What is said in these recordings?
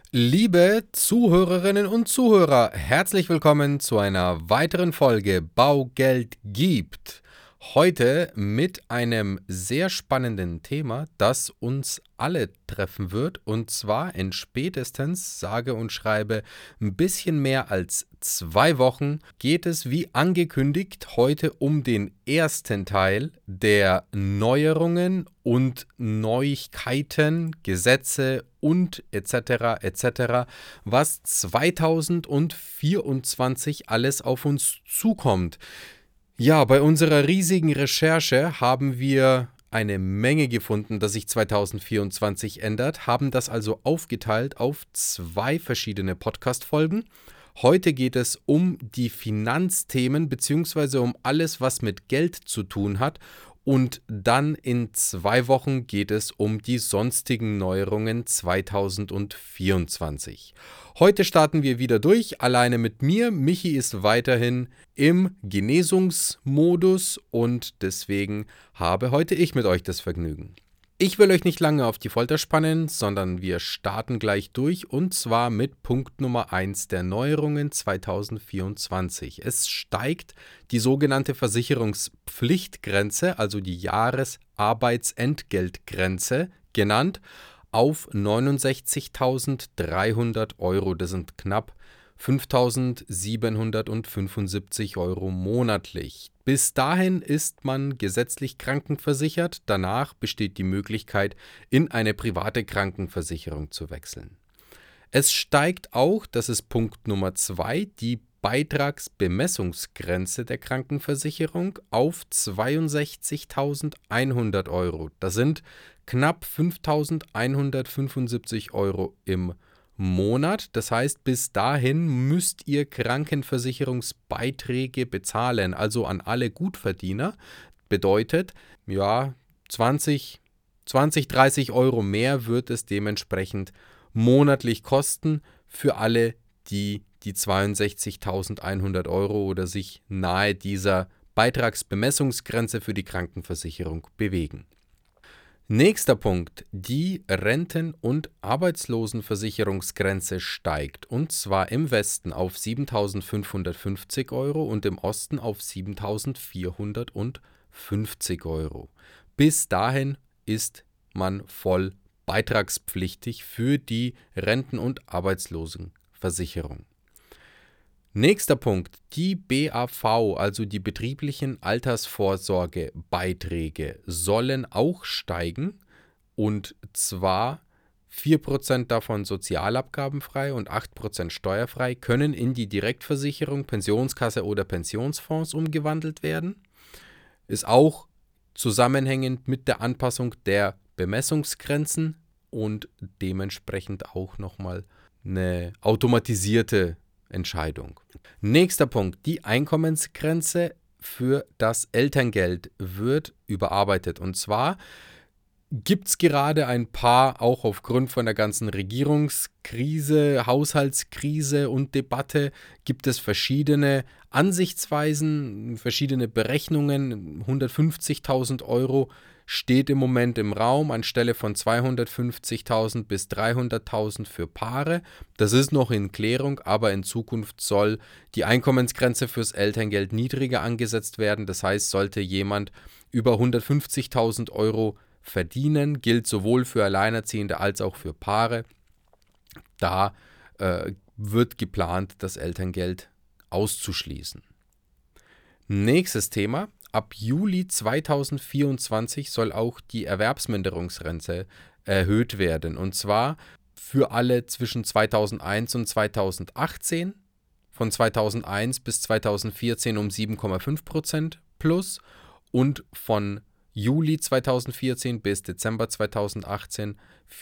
Liebe Zuhörerinnen und Zuhörer, herzlich willkommen zu einer weiteren Folge Baugeld gibt. Heute mit einem sehr spannenden Thema, das uns alle treffen wird, und zwar in spätestens, sage und schreibe, ein bisschen mehr als 2 Wochen geht es wie angekündigt heute um den ersten Teil der Neuerungen und Neuigkeiten, Gesetze und etc., was 2024 alles auf uns zukommt. Ja, bei unserer riesigen Recherche haben wir eine Menge gefunden, das sich 2024 ändert, haben das also aufgeteilt auf 2 verschiedene Podcast-Folgen. Heute geht es um die Finanzthemen bzw. um alles, was mit Geld zu tun hat. Und dann in 2 Wochen geht es um die sonstigen Neuerungen 2024. Heute starten wir wieder durch, alleine mit mir. Michi ist weiterhin im Genesungsmodus und deswegen habe heute ich mit euch das Vergnügen. Ich will euch nicht lange auf die Folter spannen, sondern wir starten gleich durch und zwar mit Punkt Nummer 1 der Neuerungen 2024. Es steigt die sogenannte Versicherungspflichtgrenze, also die Jahresarbeitsentgeltgrenze genannt, auf 69.300 Euro. Das sind knapp 5.775 Euro monatlich. Bis dahin ist man gesetzlich krankenversichert. Danach besteht die Möglichkeit, in eine private Krankenversicherung zu wechseln. Es steigt auch, das ist Punkt Nummer 2, die Beitragsbemessungsgrenze der Krankenversicherung auf 62.100 Euro. Das sind knapp 5.175 Euro im Monat. Das heißt, bis dahin müsst ihr Krankenversicherungsbeiträge bezahlen, also an alle Gutverdiener. Bedeutet, ja, 20, 30 Euro mehr wird es dementsprechend monatlich kosten für alle, die 62.100 Euro oder sich nahe dieser Beitragsbemessungsgrenze für die Krankenversicherung bewegen. Nächster Punkt, die Renten- und Arbeitslosenversicherungsgrenze steigt und zwar im Westen auf 7.550 Euro und im Osten auf 7.450 Euro. Bis dahin ist man voll beitragspflichtig für die Renten- und Arbeitslosenversicherung. Nächster Punkt, die BAV, also die betrieblichen Altersvorsorgebeiträge, sollen auch steigen und zwar 4% davon sozialabgabenfrei und 8% steuerfrei können in die Direktversicherung, Pensionskasse oder Pensionsfonds umgewandelt werden. Ist auch zusammenhängend mit der Anpassung der Bemessungsgrenzen und dementsprechend auch nochmal eine automatisierte Entscheidung. Nächster Punkt, die Einkommensgrenze für das Elterngeld wird überarbeitet. Und zwar gibt es gerade ein paar, auch aufgrund von der ganzen Regierungskrise, Haushaltskrise und Debatte, gibt es verschiedene Ansichtsweisen, verschiedene Berechnungen. 150.000 Euro steht im Moment im Raum anstelle von 250.000 bis 300.000 für Paare. Das ist noch in Klärung, aber in Zukunft soll die Einkommensgrenze fürs Elterngeld niedriger angesetzt werden. Das heißt, sollte jemand über 150.000 Euro verdienen, gilt sowohl für Alleinerziehende als auch für Paare. Da wird geplant, das Elterngeld auszuschließen. Nächstes Thema. Ab Juli 2024 soll auch die Erwerbsminderungsrente erhöht werden. Und zwar für alle zwischen 2001 und 2018, von 2001 bis 2014 um 7,5% plus und von Juli 2014 bis Dezember 2018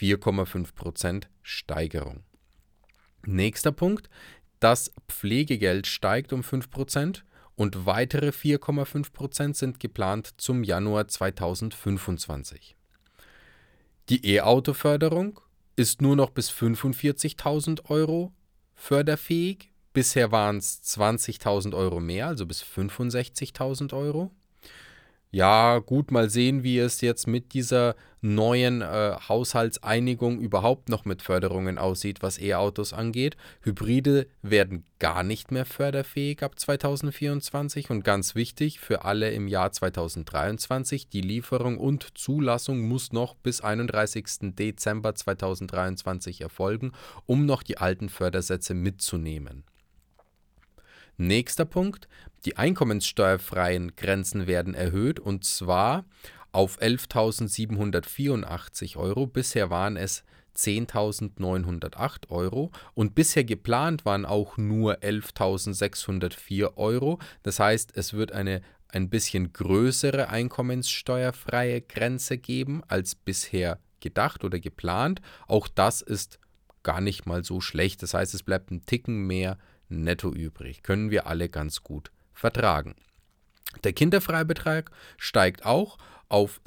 4,5% Steigerung. Nächster Punkt, das Pflegegeld steigt um 5%. Und weitere 4,5% sind geplant zum Januar 2025. Die E-Auto-Förderung ist nur noch bis 45.000 Euro förderfähig. Bisher waren es 20.000 Euro mehr, also bis 65.000 Euro. Ja, gut, mal sehen, wie es jetzt mit dieser neuen Haushaltseinigung überhaupt noch mit Förderungen aussieht, was E-Autos angeht. Hybride werden gar nicht mehr förderfähig ab 2024 und ganz wichtig für alle im Jahr 2023, die Lieferung und Zulassung muss noch bis 31. Dezember 2023 erfolgen, um noch die alten Fördersätze mitzunehmen. Nächster Punkt, die einkommenssteuerfreien Grenzen werden erhöht und zwar auf 11.784 Euro. Bisher waren es 10.908 Euro und bisher geplant waren auch nur 11.604 Euro. Das heißt, es wird eine ein bisschen größere einkommenssteuerfreie Grenze geben als bisher gedacht oder geplant. Auch das ist gar nicht mal so schlecht. Das heißt, es bleibt ein Ticken mehr netto übrig. Können wir alle ganz gut vertragen. Der Kinderfreibetrag steigt auch auf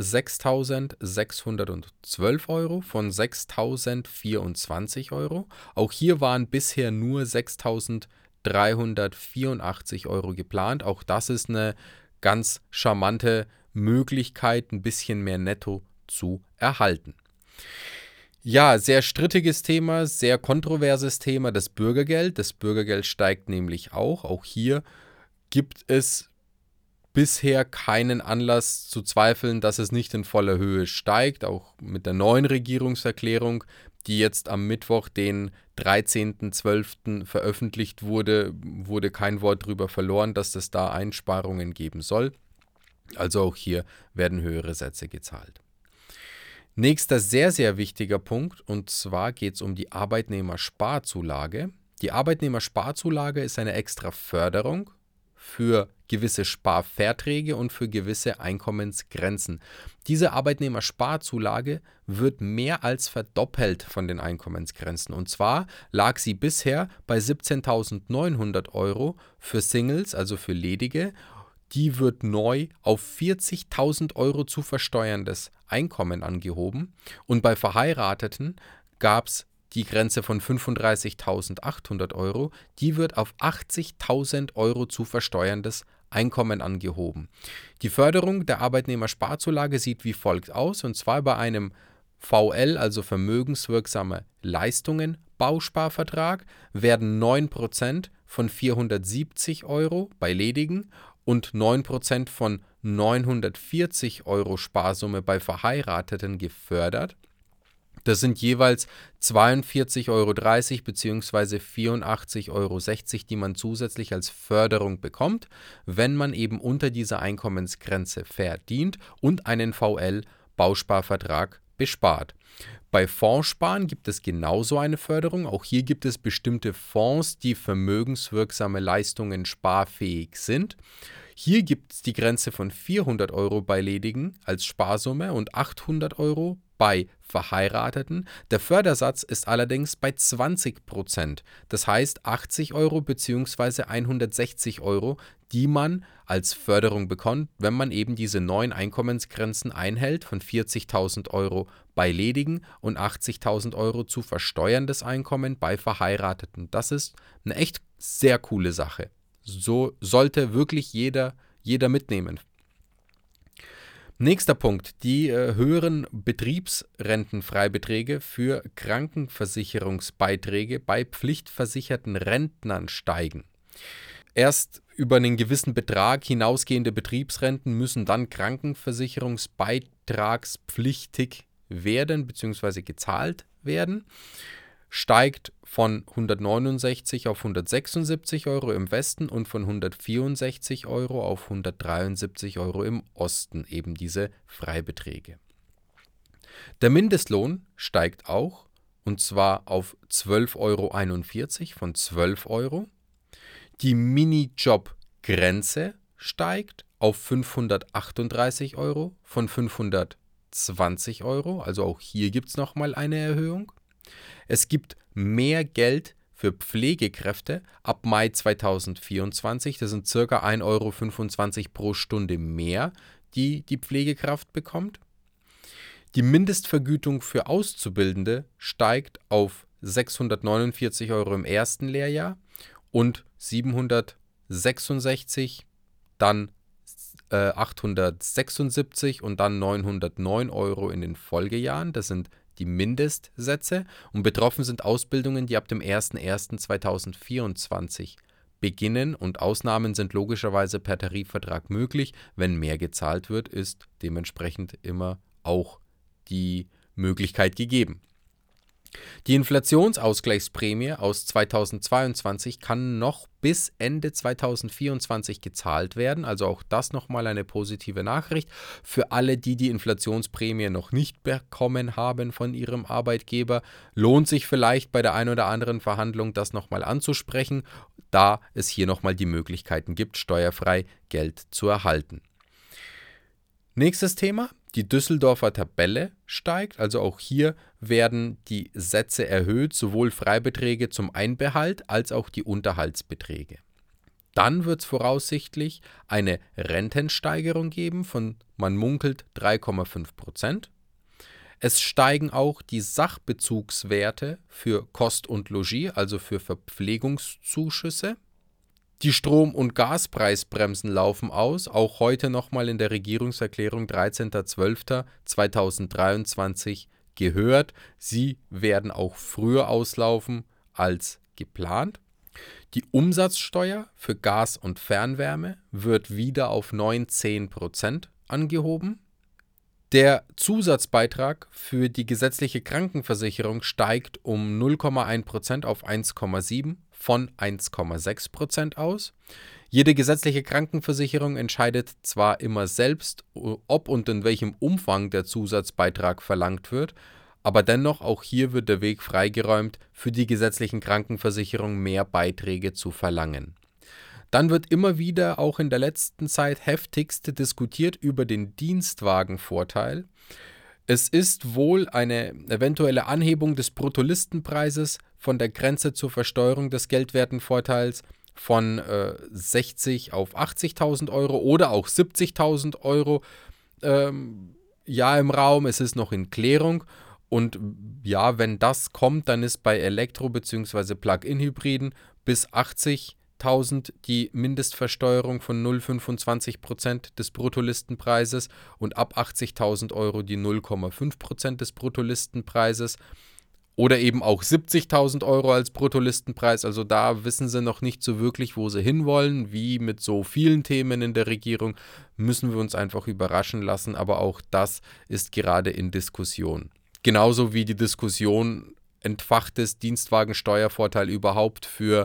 6.612 Euro von 6.024 Euro. Auch hier waren bisher nur 6.384 Euro geplant. Auch das ist eine ganz charmante Möglichkeit, ein bisschen mehr netto zu erhalten. Ja, sehr strittiges Thema, sehr kontroverses Thema, das Bürgergeld. Das Bürgergeld steigt nämlich auch. Auch hier gibt es bisher keinen Anlass zu zweifeln, dass es nicht in voller Höhe steigt. Auch mit der neuen Regierungserklärung, die jetzt am Mittwoch, den 13.12. veröffentlicht wurde, wurde kein Wort darüber verloren, dass es da Einsparungen geben soll. Also auch hier werden höhere Sätze gezahlt. Nächster sehr, sehr wichtiger Punkt, und zwar geht es um die Arbeitnehmersparzulage. Die Arbeitnehmersparzulage ist eine extra Förderung für gewisse Sparverträge und für gewisse Einkommensgrenzen. Diese Arbeitnehmersparzulage wird mehr als verdoppelt von den Einkommensgrenzen. Und zwar lag sie bisher bei 17.900 Euro für Singles, also für Ledige. Die wird neu auf 40.000 Euro zu versteuerndes Einkommen angehoben. Und bei Verheirateten gab es die Grenze von 35.800 Euro. Die wird auf 80.000 Euro zu versteuerndes Einkommen angehoben. Die Förderung der Arbeitnehmersparzulage sieht wie folgt aus. Und zwar bei einem VL, also vermögenswirksame Leistungen, Bausparvertrag, werden 9% von 470 Euro bei Ledigen und 9% von 940 Euro Sparsumme bei Verheirateten gefördert. Das sind jeweils 42,30 Euro bzw. 84,60 Euro, die man zusätzlich als Förderung bekommt, wenn man eben unter dieser Einkommensgrenze verdient und einen VL-Bausparvertrag bespart. Bei Fondssparen gibt es genauso eine Förderung. Auch hier gibt es bestimmte Fonds, die vermögenswirksame Leistungen sparfähig sind. Hier gibt es die Grenze von 400 Euro bei Ledigen als Sparsumme und 800 Euro bei Verheirateten. Der Fördersatz ist allerdings bei 20%. Das heißt 80 Euro bzw. 160 Euro, die man als Förderung bekommt, wenn man eben diese neuen Einkommensgrenzen einhält von 40.000 Euro bei Ledigen und 80.000 Euro zu versteuerndes Einkommen bei Verheirateten. Das ist eine echt sehr coole Sache. So sollte wirklich jeder mitnehmen. Nächster Punkt, die höheren Betriebsrentenfreibeträge für Krankenversicherungsbeiträge bei pflichtversicherten Rentnern steigen. Erst über einen gewissen Betrag hinausgehende Betriebsrenten müssen dann krankenversicherungsbeitragspflichtig werden bzw. gezahlt werden. Steigt von 169 auf 176 Euro im Westen und von 164 Euro auf 173 Euro im Osten, eben diese Freibeträge. Der Mindestlohn steigt auch, und zwar auf 12,41 Euro von 12 Euro. Die Minijobgrenze steigt auf 538 Euro von 520 Euro, also auch hier gibt es nochmal eine Erhöhung. Es gibt mehr Geld für Pflegekräfte ab Mai 2024. Das sind ca. 1,25 Euro pro Stunde mehr, die die Pflegekraft bekommt. Die Mindestvergütung für Auszubildende steigt auf 649 Euro im ersten Lehrjahr und 766, dann 876 und dann 909 Euro in den Folgejahren. Das sind die Mindestsätze. Und betroffen sind Ausbildungen, die ab dem 01.01.2024 beginnen. Und Ausnahmen sind logischerweise per Tarifvertrag möglich. Wenn mehr gezahlt wird, ist dementsprechend immer auch die Möglichkeit gegeben. Die Inflationsausgleichsprämie aus 2022 kann noch bis Ende 2024 gezahlt werden. Also auch das nochmal eine positive Nachricht für alle, die die Inflationsprämie noch nicht bekommen haben von ihrem Arbeitgeber. Lohnt sich vielleicht bei der ein oder anderen Verhandlung das nochmal anzusprechen, da es hier nochmal die Möglichkeiten gibt, steuerfrei Geld zu erhalten. Nächstes Thema. Die Düsseldorfer Tabelle steigt, also auch hier werden die Sätze erhöht, sowohl Freibeträge zum Einbehalt als auch die Unterhaltsbeträge. Dann wird es voraussichtlich eine Rentensteigerung geben von, man munkelt, 3,5%. Es steigen auch die Sachbezugswerte für Kost und Logis, also für Verpflegungszuschüsse. Die Strom- und Gaspreisbremsen laufen aus, auch heute nochmal in der Regierungserklärung 13.12.2023 gehört. Sie werden auch früher auslaufen als geplant. Die Umsatzsteuer für Gas und Fernwärme wird wieder auf 19% angehoben. Der Zusatzbeitrag für die gesetzliche Krankenversicherung steigt um 0,1% auf 1,7% von 1,6% aus. Jede gesetzliche Krankenversicherung entscheidet zwar immer selbst, ob und in welchem Umfang der Zusatzbeitrag verlangt wird, aber dennoch auch hier wird der Weg freigeräumt, für die gesetzlichen Krankenversicherungen mehr Beiträge zu verlangen. Dann wird immer wieder auch in der letzten Zeit heftigst diskutiert über den Dienstwagenvorteil. Es ist wohl eine eventuelle Anhebung des Bruttolistenpreises von der Grenze zur Versteuerung des Geldwertenvorteils von 60 auf 80.000 Euro oder auch 70.000 Euro im Raum. Es ist noch in Klärung. Und ja, wenn das kommt, dann ist bei Elektro- bzw. Plug-in-Hybriden bis 80.000 die Mindestversteuerung von 0,25% des Bruttolistenpreises und ab 80.000 Euro die 0,5% des Bruttolistenpreises oder eben auch 70.000 Euro als Bruttolistenpreis. Also da wissen sie noch nicht so wirklich, wo sie hinwollen. Wie mit so vielen Themen in der Regierung müssen wir uns einfach überraschen lassen, aber auch das ist gerade in Diskussion. Genauso wie die Diskussion entfachtes Dienstwagensteuervorteil überhaupt für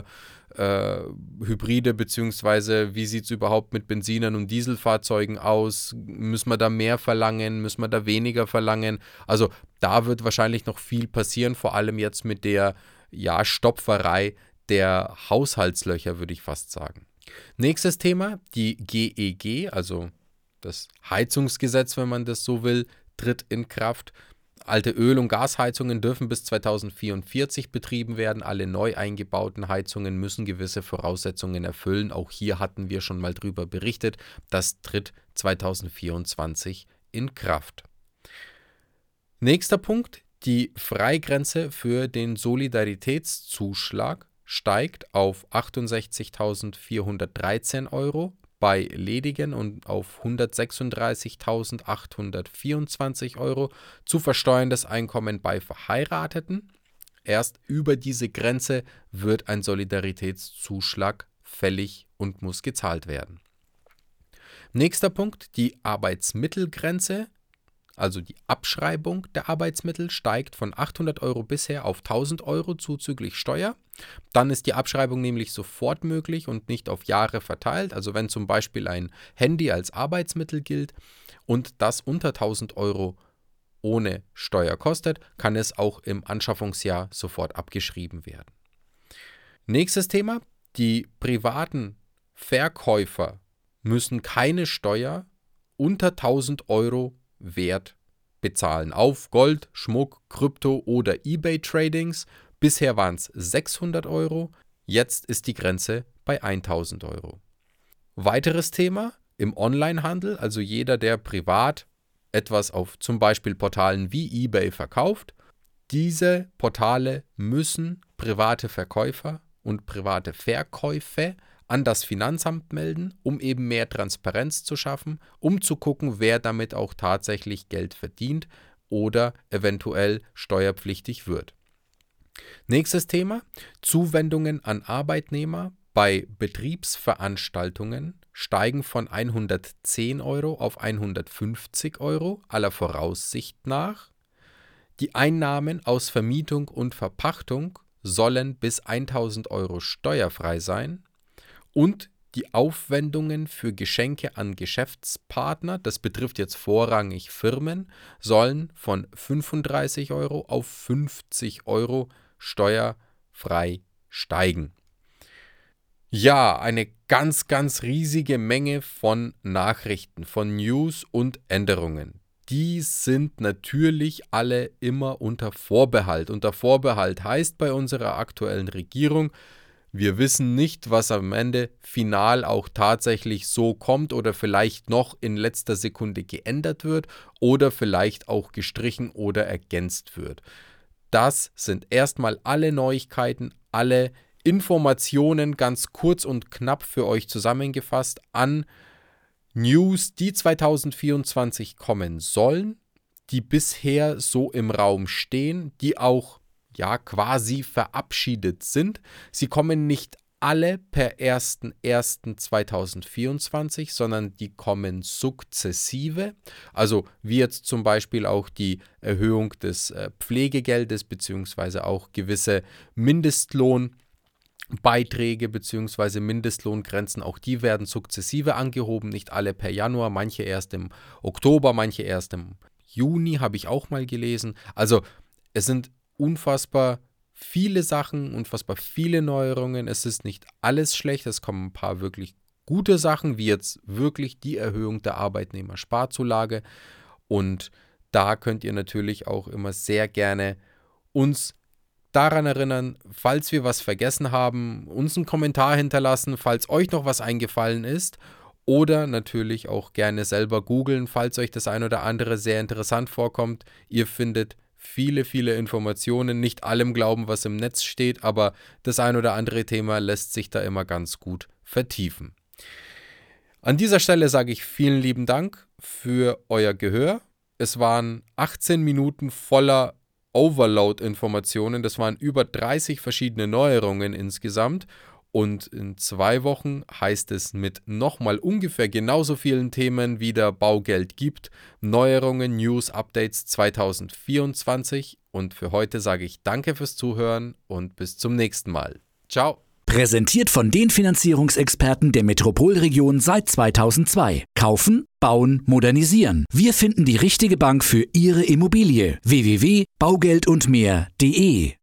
Hybride, beziehungsweise wie sieht es überhaupt mit Benzinern und Dieselfahrzeugen aus? Müssen wir da mehr verlangen? Müssen wir da weniger verlangen? Also da wird wahrscheinlich noch viel passieren, vor allem jetzt mit der Stopferei der Haushaltslöcher, würde ich fast sagen. Nächstes Thema, die GEG, also das Heizungsgesetz, wenn man das so will, tritt in Kraft. Alte Öl- und Gasheizungen dürfen bis 2044 betrieben werden. Alle neu eingebauten Heizungen müssen gewisse Voraussetzungen erfüllen. Auch hier hatten wir schon mal drüber berichtet. Das tritt 2024 in Kraft. Nächster Punkt. Die Freigrenze für den Solidaritätszuschlag steigt auf 68.413 Euro bei Ledigen und auf 136.824 Euro zu versteuerndes Einkommen bei Verheirateten. Erst über diese Grenze wird ein Solidaritätszuschlag fällig und muss gezahlt werden. Nächster Punkt, die Arbeitsmittelgrenze, also die Abschreibung der Arbeitsmittel, steigt von 800 Euro bisher auf 1.000 Euro zuzüglich Steuer. Dann ist die Abschreibung nämlich sofort möglich und nicht auf Jahre verteilt. Also wenn zum Beispiel ein Handy als Arbeitsmittel gilt und das unter 1.000 Euro ohne Steuer kostet, kann es auch im Anschaffungsjahr sofort abgeschrieben werden. Nächstes Thema, die privaten Verkäufer müssen keine Steuer unter 1.000 Euro Wert bezahlen auf Gold, Schmuck, Krypto oder eBay-Tradings. Bisher waren es 600 Euro, jetzt ist die Grenze bei 1.000 Euro. Weiteres Thema im Onlinehandel, also jeder, der privat etwas auf zum Beispiel Portalen wie eBay verkauft, diese Portale müssen private Verkäufer und private Verkäufe an das Finanzamt melden, um eben mehr Transparenz zu schaffen, um zu gucken, wer damit auch tatsächlich Geld verdient oder eventuell steuerpflichtig wird. Nächstes Thema: Zuwendungen an Arbeitnehmer bei Betriebsveranstaltungen steigen von 110 Euro auf 150 Euro aller Voraussicht nach. Die Einnahmen aus Vermietung und Verpachtung sollen bis 1.000 Euro steuerfrei sein und die Aufwendungen für Geschenke an Geschäftspartner, das betrifft jetzt vorrangig Firmen, sollen von 35 Euro auf 50 Euro steuerfrei steigen. Ja, eine ganz, ganz riesige Menge von Nachrichten, von News und Änderungen. Die sind natürlich alle immer unter Vorbehalt. Unter Vorbehalt heißt bei unserer aktuellen Regierung, wir wissen nicht, was am Ende final auch tatsächlich so kommt oder vielleicht noch in letzter Sekunde geändert wird oder vielleicht auch gestrichen oder ergänzt wird. Das sind erstmal alle Neuigkeiten, alle Informationen ganz kurz und knapp für euch zusammengefasst an News, die 2024 kommen sollen, die bisher so im Raum stehen, die auch quasi verabschiedet sind. Sie kommen nicht alle per 01.01.2024, sondern die kommen sukzessive. Also wie jetzt zum Beispiel auch die Erhöhung des Pflegegeldes bzw. auch gewisse Mindestlohnbeiträge bzw. Mindestlohngrenzen, auch die werden sukzessive angehoben, nicht alle per Januar, manche erst im Oktober, manche erst im Juni, habe ich auch mal gelesen. Also es sind unfassbar viele Sachen, unfassbar viele Neuerungen. Es ist nicht alles schlecht, es kommen ein paar wirklich gute Sachen, wie jetzt wirklich die Erhöhung der Arbeitnehmersparzulage. Und da könnt ihr natürlich auch immer sehr gerne uns daran erinnern, falls wir was vergessen haben, uns einen Kommentar hinterlassen, falls euch noch was eingefallen ist. Oder natürlich auch gerne selber googeln, falls euch das ein oder andere sehr interessant vorkommt. Ihr findet viele, viele Informationen, nicht allem glauben, was im Netz steht, aber das ein oder andere Thema lässt sich da immer ganz gut vertiefen. An dieser Stelle sage ich vielen lieben Dank für euer Gehör. Es waren 18 Minuten voller Overload-Informationen, das waren über 30 verschiedene Neuerungen insgesamt. Und in 2 Wochen heißt es mit nochmal ungefähr genauso vielen Themen, wie der Baugeld gibt, Neuerungen, News, Updates 2024. Und für heute sage ich danke fürs Zuhören und bis zum nächsten Mal. Ciao. Präsentiert von den Finanzierungsexperten der Metropolregion seit 2002. Kaufen, bauen, modernisieren. Wir finden die richtige Bank für Ihre Immobilie. www.baugeldundmehr.de